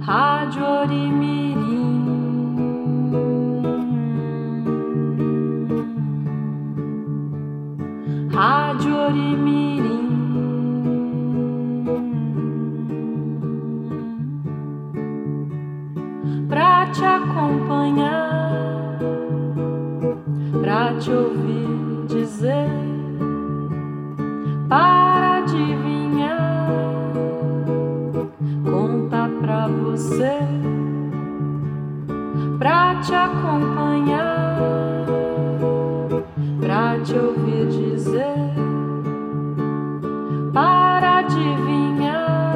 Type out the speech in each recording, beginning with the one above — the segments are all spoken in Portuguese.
Rádio Orimirim. Rádio Orimirim. Pra te acompanhar, pra te ouvir dizer, para adivinhar, conta pra você, pra te acompanhar, pra te ouvir dizer, para adivinhar,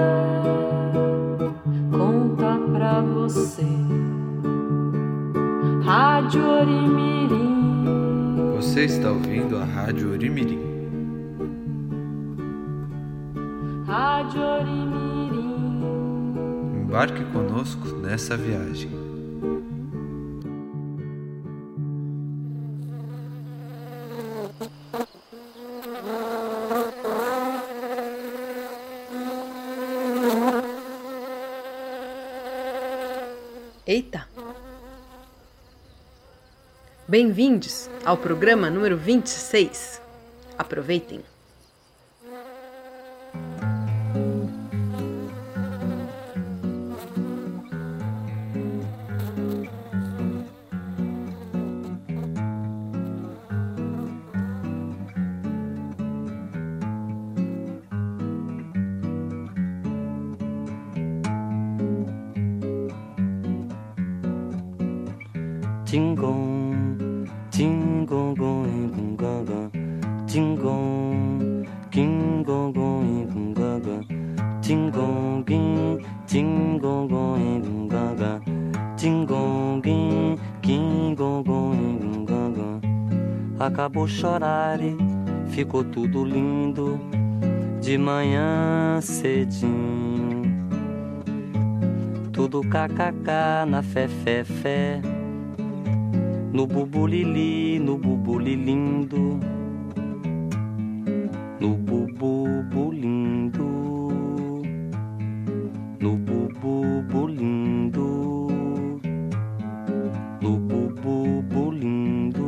conta pra você. Rádio Orimirim. Você está ouvindo a Rádio Orimirim. Rádio Orimirim. Embarque conosco nessa viagem. Eita! Bem-vindos ao programa número 26. Aproveitem! Tingong, tingong, gong, gaga. Tingong, king, gong, gaga. Tingong, king, gong, gaga. Tingong, king, gong, gaga. Acabou chorar e ficou tudo lindo de manhã cedinho. Tudo kkk na fé. No bubulili, no bubulilindo, no bububulindo, no bububulindo, no bububulindo.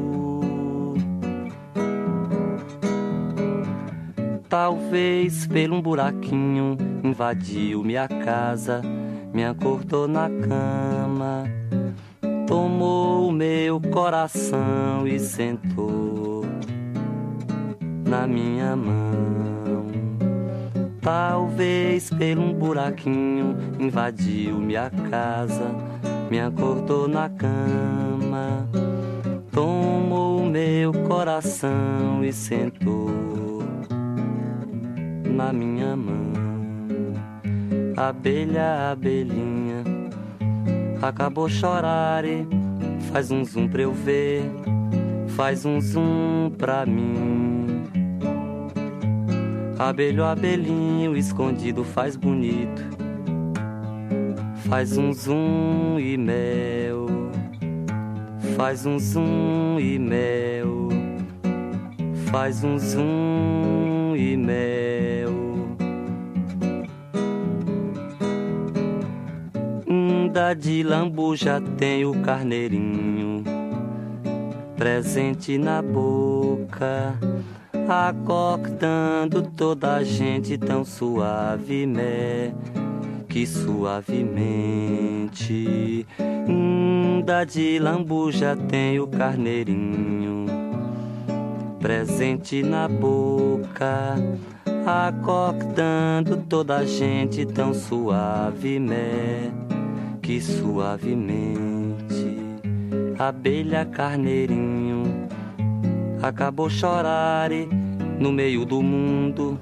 Talvez pelo um buraquinho invadiu minha casa, me acordou na cama. Tomou o meu coração e sentou na minha mão. Talvez pelo um buraquinho invadiu minha casa, me acordou na cama. Tomou o meu coração e sentou na minha mão. Abelha, abelhinha, acabou chorar e faz um zoom pra eu ver, faz um zoom pra mim. Abelho, abelhinho, escondido faz bonito, faz um zoom e mel, faz um zoom e mel, faz um zoom e mel. De lambuja tem o carneirinho presente na boca, acordando toda a gente tão suavemente, que suavemente. De lambuja tem o carneirinho presente na boca, acordando toda a gente tão suavemente, que suavemente. Abelha, carneirinho, acabou chorar e no meio do mundo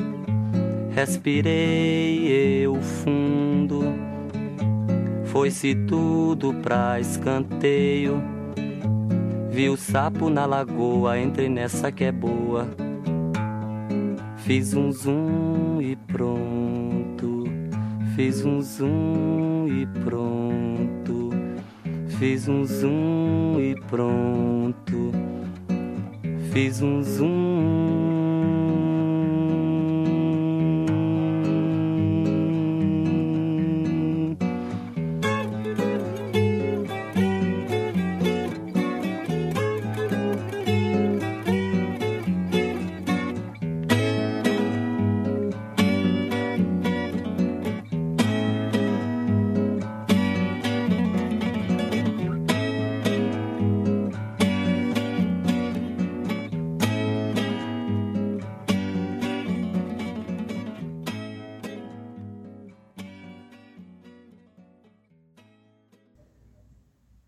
respirei eu fundo. Foi-se tudo pra escanteio, vi o sapo na lagoa, entrei nessa que é boa. Fiz um zoom e pronto, fiz um zoom e pronto, fiz um zoom e pronto, fiz um zoom.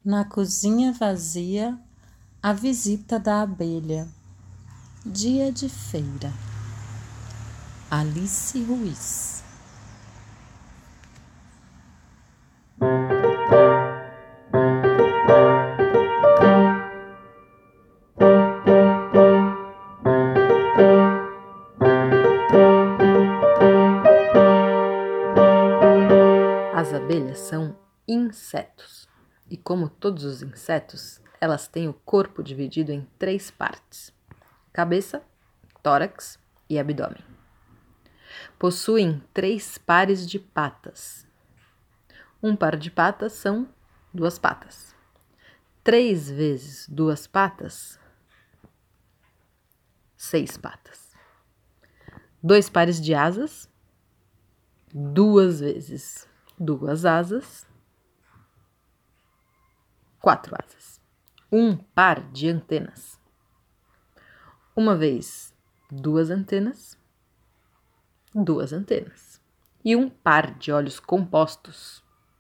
Na cozinha vazia, a visita da abelha. Dia de feira. Alice Ruiz. As abelhas são insetos. E como todos os insetos, elas têm o corpo dividido em 3 partes: cabeça, tórax e abdômen. Possuem 3 pares de patas. Um par de patas são 2 patas. 3 vezes 2 patas, 6 patas. 2 pares de asas, 2 vezes 2 asas, 4 asas. 1 par de antenas. 1 vez 2 antenas, 2 antenas. E 1 par de olhos compostos,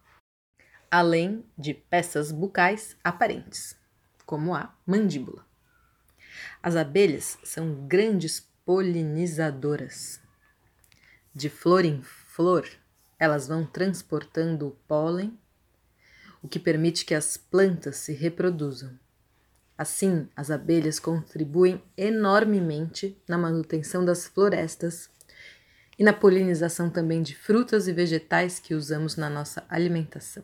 além de peças bucais aparentes, como a mandíbula. As abelhas são grandes polinizadoras. De flor em flor, elas vão transportando o pólen, o que permite que as plantas se reproduzam. Assim, as abelhas contribuem enormemente na manutenção das florestas e na polinização também de frutas e vegetais que usamos na nossa alimentação.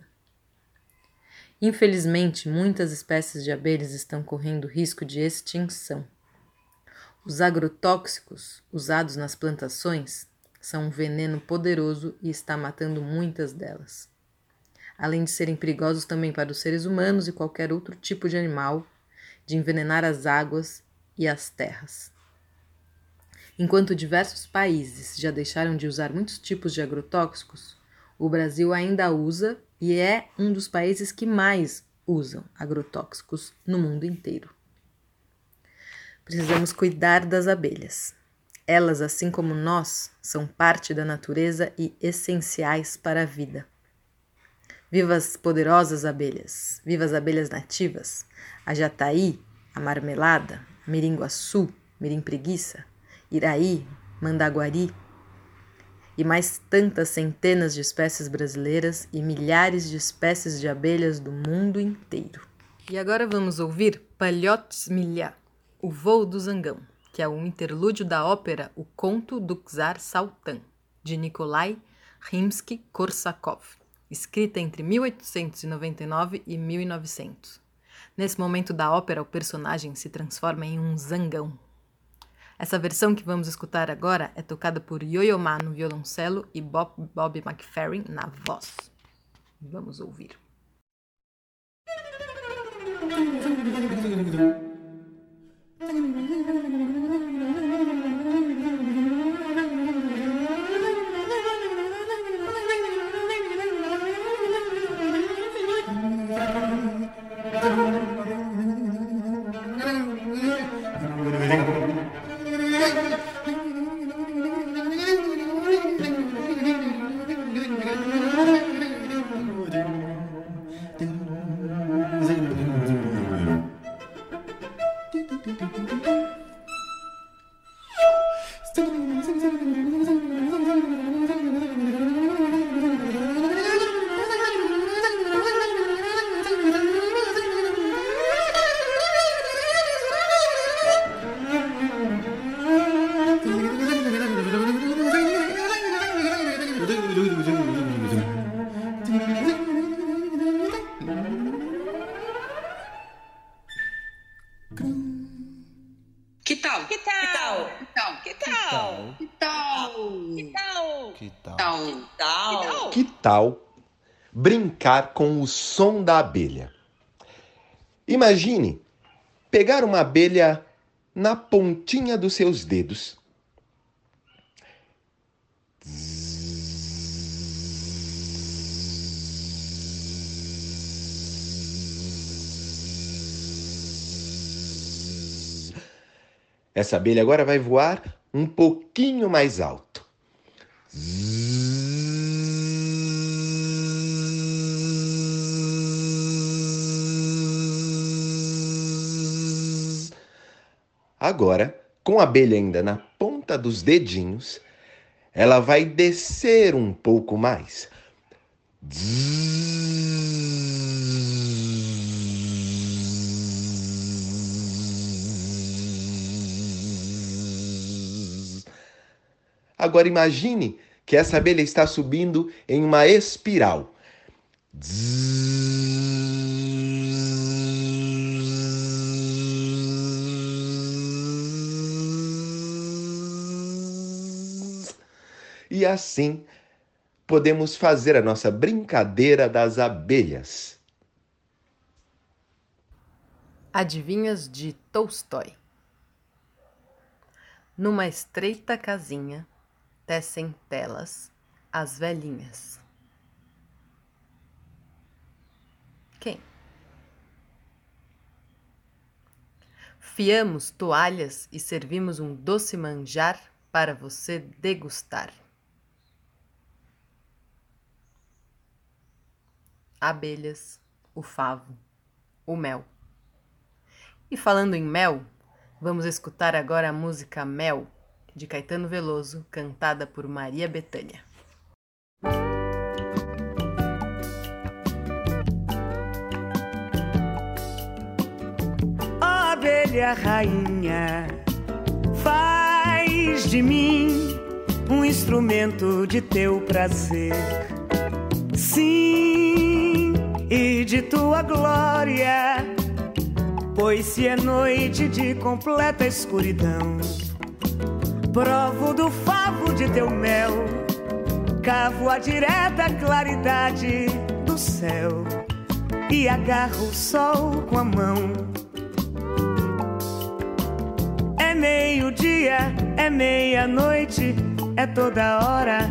Infelizmente, muitas espécies de abelhas estão correndo risco de extinção. Os agrotóxicos usados nas plantações são um veneno poderoso e está matando muitas delas. Além de serem perigosos também para os seres humanos e qualquer outro tipo de animal, de envenenar as águas e as terras. Enquanto diversos países já deixaram de usar muitos tipos de agrotóxicos, o Brasil ainda usa e é um dos países que mais usam agrotóxicos no mundo inteiro. Precisamos cuidar das abelhas. Elas, assim como nós, são parte da natureza e essenciais para a vida. Viva as poderosas abelhas! Viva as abelhas nativas! A jataí, a marmelada, a mirim-guaçu, mirim-preguiça, iraí, mandaguari e mais tantas centenas de espécies brasileiras e milhares de espécies de abelhas do mundo inteiro. E agora vamos ouvir Polyot Zmilia, O Voo do Zangão, que é um interlúdio da ópera O Conto do Czar Saltan, de Nikolai Rimsky-Korsakov, escrita entre 1899 e 1900. Nesse momento da ópera, o personagem se transforma em um zangão. Essa versão que vamos escutar agora é tocada por Yo-Yo Ma no violoncelo e Bob McFerrin na voz. Vamos ouvir. Que tal? Que tal? Que tal? Que tal? Que tal? Que tal? Que tal? Tal. Tal? Que tal brincar com o som da abelha? Imagine pegar uma abelha na pontinha dos seus dedos. Essa abelha agora vai voar um pouquinho mais alto. Agora, com a abelha ainda na ponta dos dedinhos, ela vai descer um pouco mais. Agora imagine que essa abelha está subindo em uma espiral. E assim podemos fazer a nossa brincadeira das abelhas. Adivinhas de Tolstói. Numa estreita casinha, tecem telas as velhinhas. Quem? Fiamos toalhas e servimos um doce manjar para você degustar. Abelhas, o favo, o mel. E falando em mel, vamos escutar agora a música Mel, de Caetano Veloso, cantada por Maria Bethânia. Ó abelha rainha, faz de mim um instrumento de teu prazer. Sim, e de tua glória, pois se é noite de completa escuridão, provo do favo de teu mel, cavo a direta claridade do céu e agarro o sol com a mão. É meio-dia, é meia-noite, é toda hora.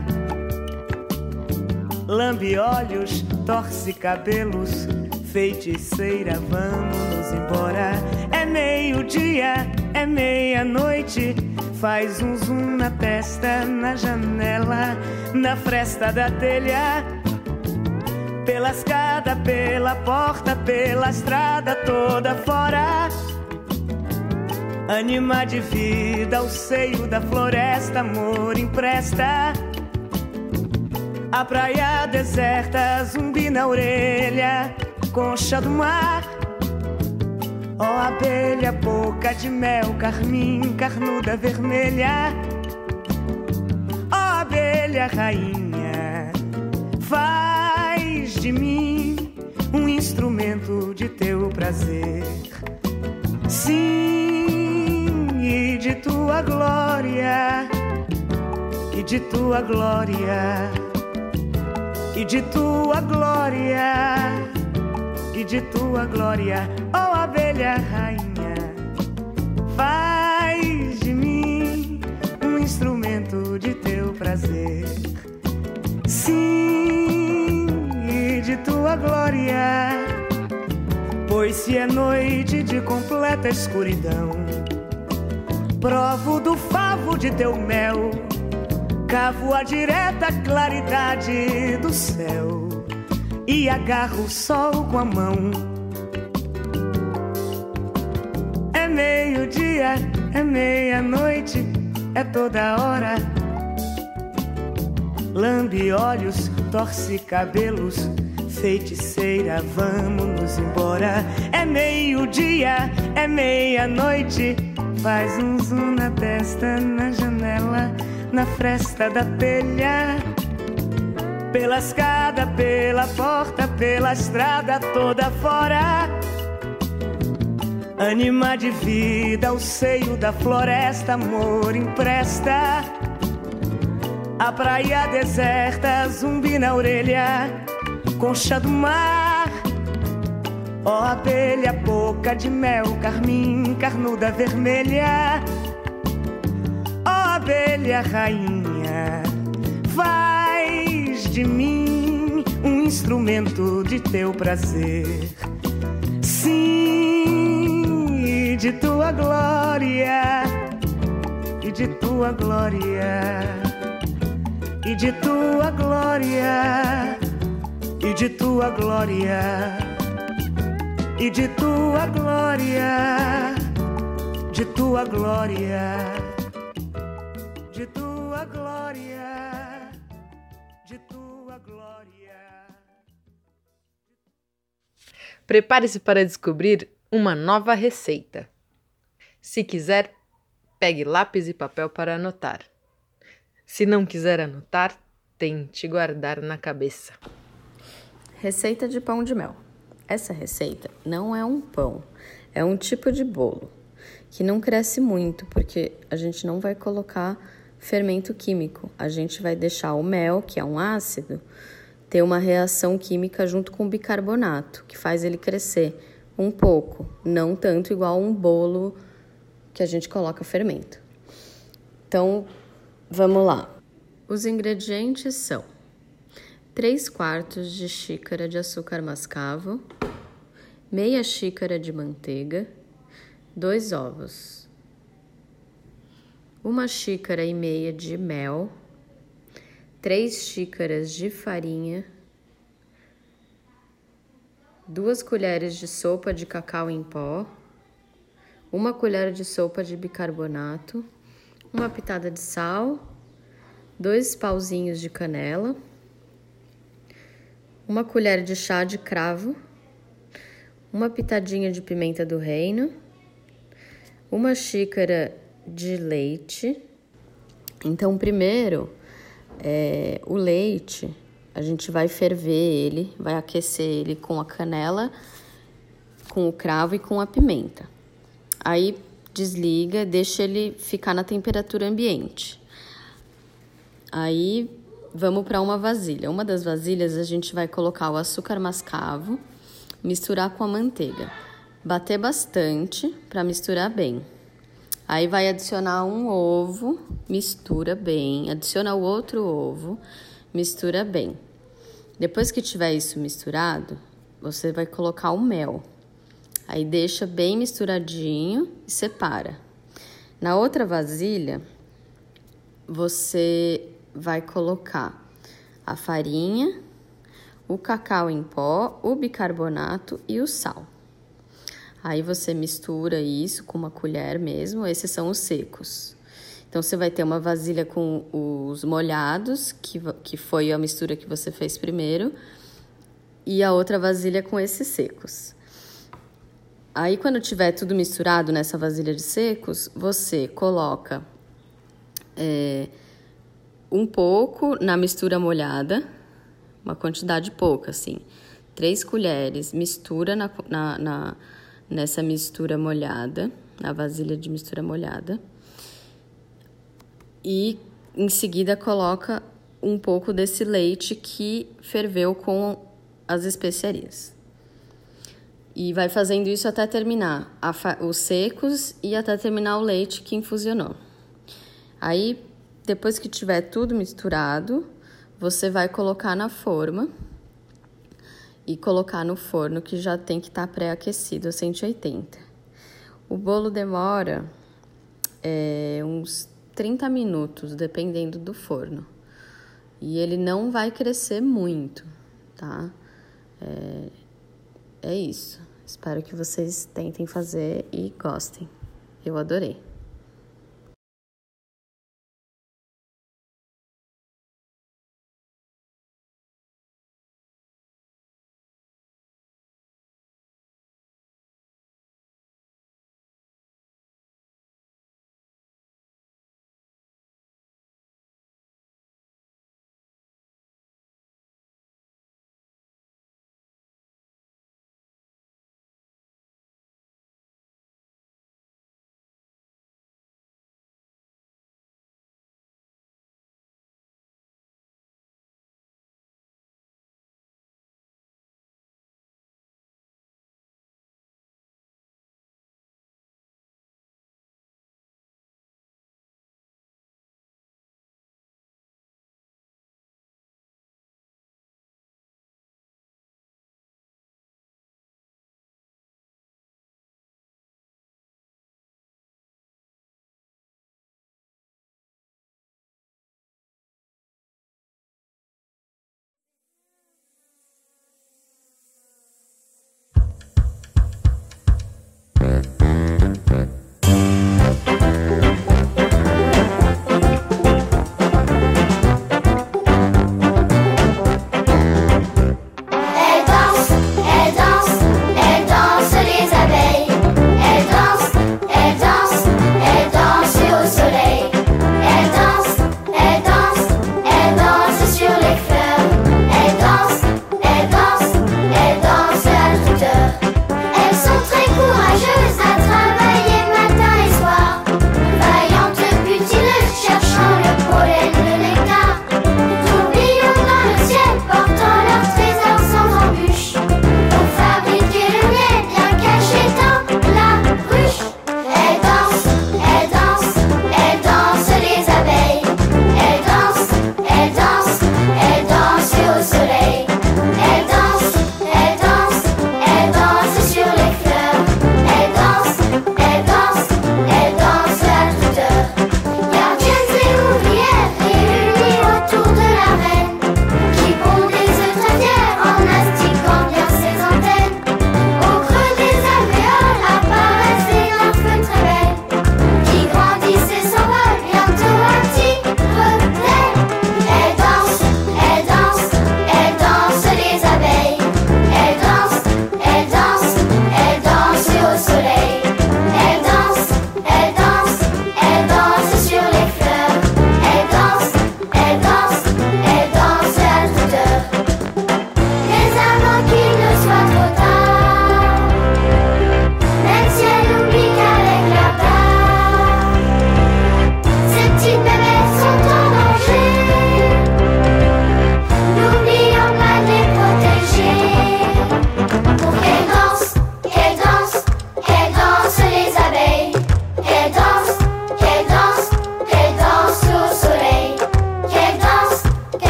Lambe olhos, torce cabelos, feiticeira, vamos embora. É meio-dia, é meia-noite, faz um zoom na testa, na janela, na fresta da telha, pela escada, pela porta, pela estrada toda fora. Ânima de vida ao seio da floresta, amor empresta. A praia deserta, zumbi na orelha, concha do mar. Ó abelha, boca de mel, carmim, carnuda vermelha. Ó abelha rainha, faz de mim um instrumento de teu prazer. Sim, e de tua glória, e de tua glória, e de tua glória, e de tua glória, ó abelha rainha, faz de mim um instrumento de teu prazer. Sim, e de tua glória, pois se é noite de completa escuridão, provo do favo de teu mel, cavo a direta claridade do céu e agarro o sol com a mão. É meio-dia, é meia-noite, é toda hora. Lambe olhos, torce cabelos, feiticeira, vamos embora. É meio-dia, é meia-noite, faz um zoom na testa, na janela, na fresta da telha, pela escada, pela porta, pela estrada toda fora. Ânima de vida ao seio da floresta, amor empresta. A praia deserta, zumbi na orelha, concha do mar. Ó abelha, boca de mel, carmim, carnuda vermelha. Ó abelha rainha, faz de mim um instrumento de teu prazer. Sim, e de tua glória, e de tua glória, e de tua glória, e de tua glória, e de tua glória, de tua glória, de tua glória, de tua glória. Prepare-se para descobrir uma nova receita. Se quiser, pegue lápis e papel para anotar. Se não quiser anotar, tente guardar na cabeça. Receita de pão de mel. Essa receita não é um pão, é um tipo de bolo que não cresce muito, porque a gente não vai colocar fermento químico. A gente vai deixar o mel, que é um ácido, ter uma reação química junto com o bicarbonato, que faz ele crescer um pouco, não tanto igual um bolo que a gente coloca fermento. Então, vamos lá. Os ingredientes são 3/4 de xícara de açúcar mascavo, meia xícara de manteiga, 2 ovos, 1,5 xícara de mel, 3 xícaras de farinha, 2 colheres de sopa de cacau em pó, 1 colher de sopa de bicarbonato, uma pitada de sal, 2 pauzinhos de canela, 1 colher de chá de cravo, uma pitadinha de pimenta do reino, 1 xícara de leite. Então, primeiro, o leite, a gente vai ferver ele, vai aquecer ele com a canela, com o cravo e com a pimenta. Aí, desliga, deixa ele ficar na temperatura ambiente. Aí, vamos para uma vasilha. Uma das vasilhas a gente vai colocar o açúcar mascavo, misturar com a manteiga. Bater bastante para misturar bem. Aí vai adicionar um ovo, mistura bem. Adiciona o outro ovo, mistura bem. Depois que tiver isso misturado, você vai colocar o mel. Aí deixa bem misturadinho e separa. Na outra vasilha, você vai colocar a farinha, o cacau em pó, o bicarbonato e o sal. Aí você mistura isso com uma colher mesmo, esses são os secos. Então, você vai ter uma vasilha com os molhados, que foi a mistura que você fez primeiro, e a outra vasilha com esses secos. Aí, quando tiver tudo misturado nessa vasilha de secos, você coloca um pouco na mistura molhada, uma quantidade pouca, assim, 3 colheres, mistura nessa mistura molhada, na vasilha de mistura molhada, e em seguida coloca um pouco desse leite que ferveu com as especiarias. E vai fazendo isso até terminar os secos e até terminar o leite que infusionou. Aí, depois que tiver tudo misturado, você vai colocar na forma e colocar no forno que já tem que estar pré-aquecido a 180. O bolo demora uns 30 minutos, dependendo do forno. E ele não vai crescer muito, tá? É isso. Espero que vocês tentem fazer e gostem. Eu adorei.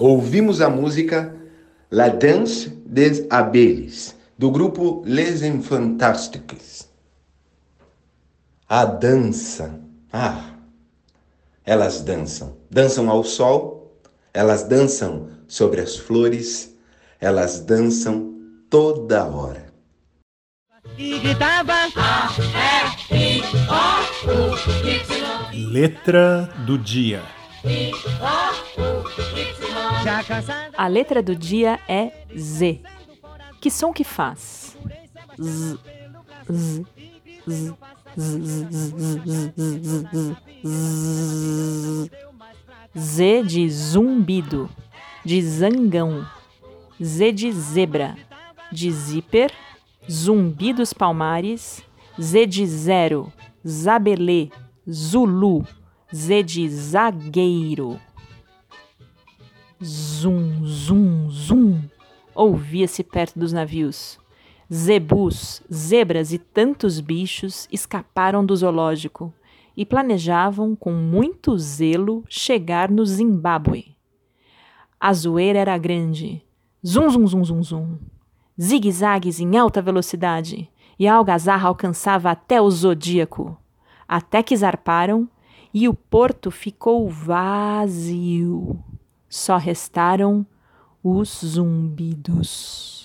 ouvimos a música La Danse des Abelles, do grupo Les Infantastiques. A dança. Elas dançam. Dançam ao sol, elas dançam sobre as flores, elas dançam toda hora. Letra do dia. A letra do dia é Z. Que som que faz? Z, z, z, Z de zumbido, de zangão. Z de zebra, de zíper, zumbi dos palmares. Z de zero, zabelê, zulu. Z de zagueiro. Zum, zum, zum, ouvia-se perto dos navios. Zebus, zebras e tantos bichos escaparam do zoológico e planejavam com muito zelo chegar no Zimbábue. A zoeira era grande. Zum, zum, zum, zum, zum. Zigue-zagues em alta velocidade e a algazarra alcançava até o zodíaco. Até que zarparam e o porto ficou vazio. Só restaram os zumbidos.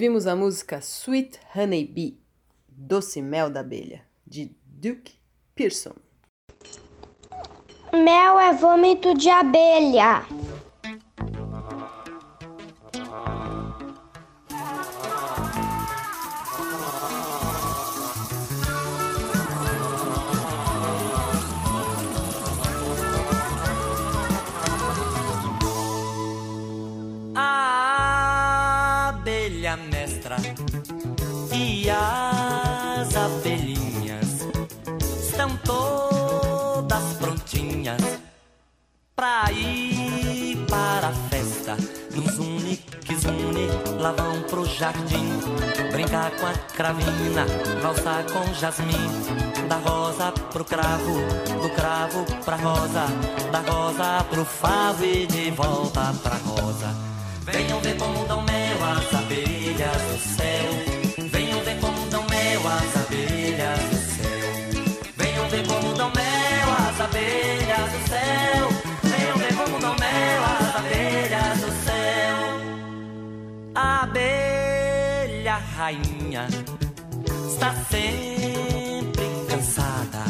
Ouvimos a música Sweet Honey Bee, Doce Mel da Abelha, de Duke Pearson. Mel é vômito de abelha. A abelha mestra e as abelhinhas estão todas prontinhas pra ir para a festa. No zune, que zune, lá vão pro jardim brincar com a cravina, valsar com jasmim. Da rosa pro cravo, do cravo pra rosa, da rosa pro favo e de volta pra rosa. Venham ver como dão mel as abelhas do céu. Venham ver como dão mel as abelhas do céu. Venham ver como dão mel as abelhas do céu. Venham ver como dão mel as abelhas do céu. A abelha rainha está sempre cansada,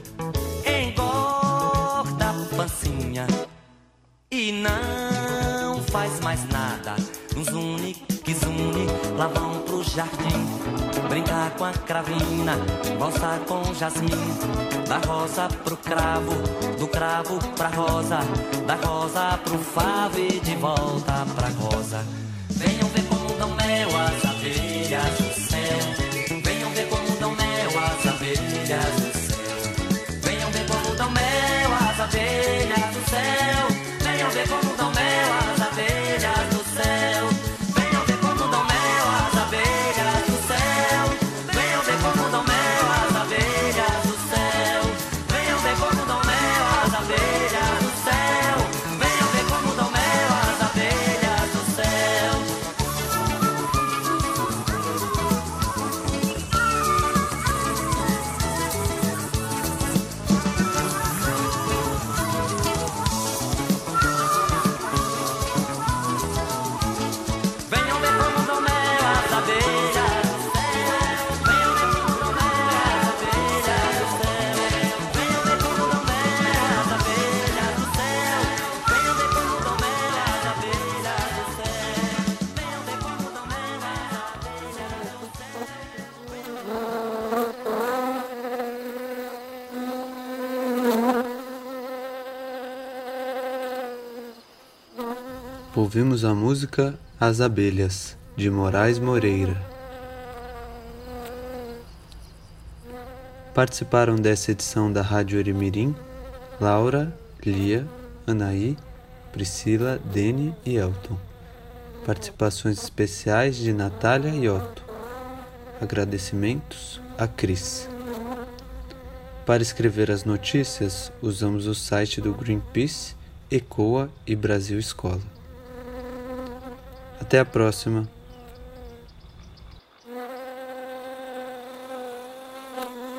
engorda a pancinha e não faz mais nada. Zune, que zune, lá vão pro jardim brincar com a cravina, valsar com jasmim. Da rosa pro cravo, do cravo pra rosa, da rosa pro favo e de volta pra rosa. Venham ver como dão mel as abelhas do céu. Venham ver como dão mel as abelhas do céu. Venham ver como dão mel as abelhas do céu. Venham ver como dão mel as abelhas do céu. Venham ver como dão mel as abelhas do céu. Venham ver como dão mel as abelhas do céu. Venham ver como dão mel as abelhas do céu. Venham ver como dão mel as abelhas do céu. Venham ver como dão mel as abelhas do céu. Venham ver como dão mel as abelhas do céu. Venham ver como dão mel as abelhas do céu. Venham ver como dão mel as abelhas do céu. Venham ver como dão mel as abelhas do Ouvimos a música As Abelhas, de Moraes Moreira. Participaram dessa edição da Rádio Orimirim Laura, Lia, Anaí, Priscila, Dene e Elton. Participações especiais de Natália e Otto. Agradecimentos a Cris. Para escrever as notícias, usamos o site do Greenpeace, ECOA e Brasil Escola. Até a próxima!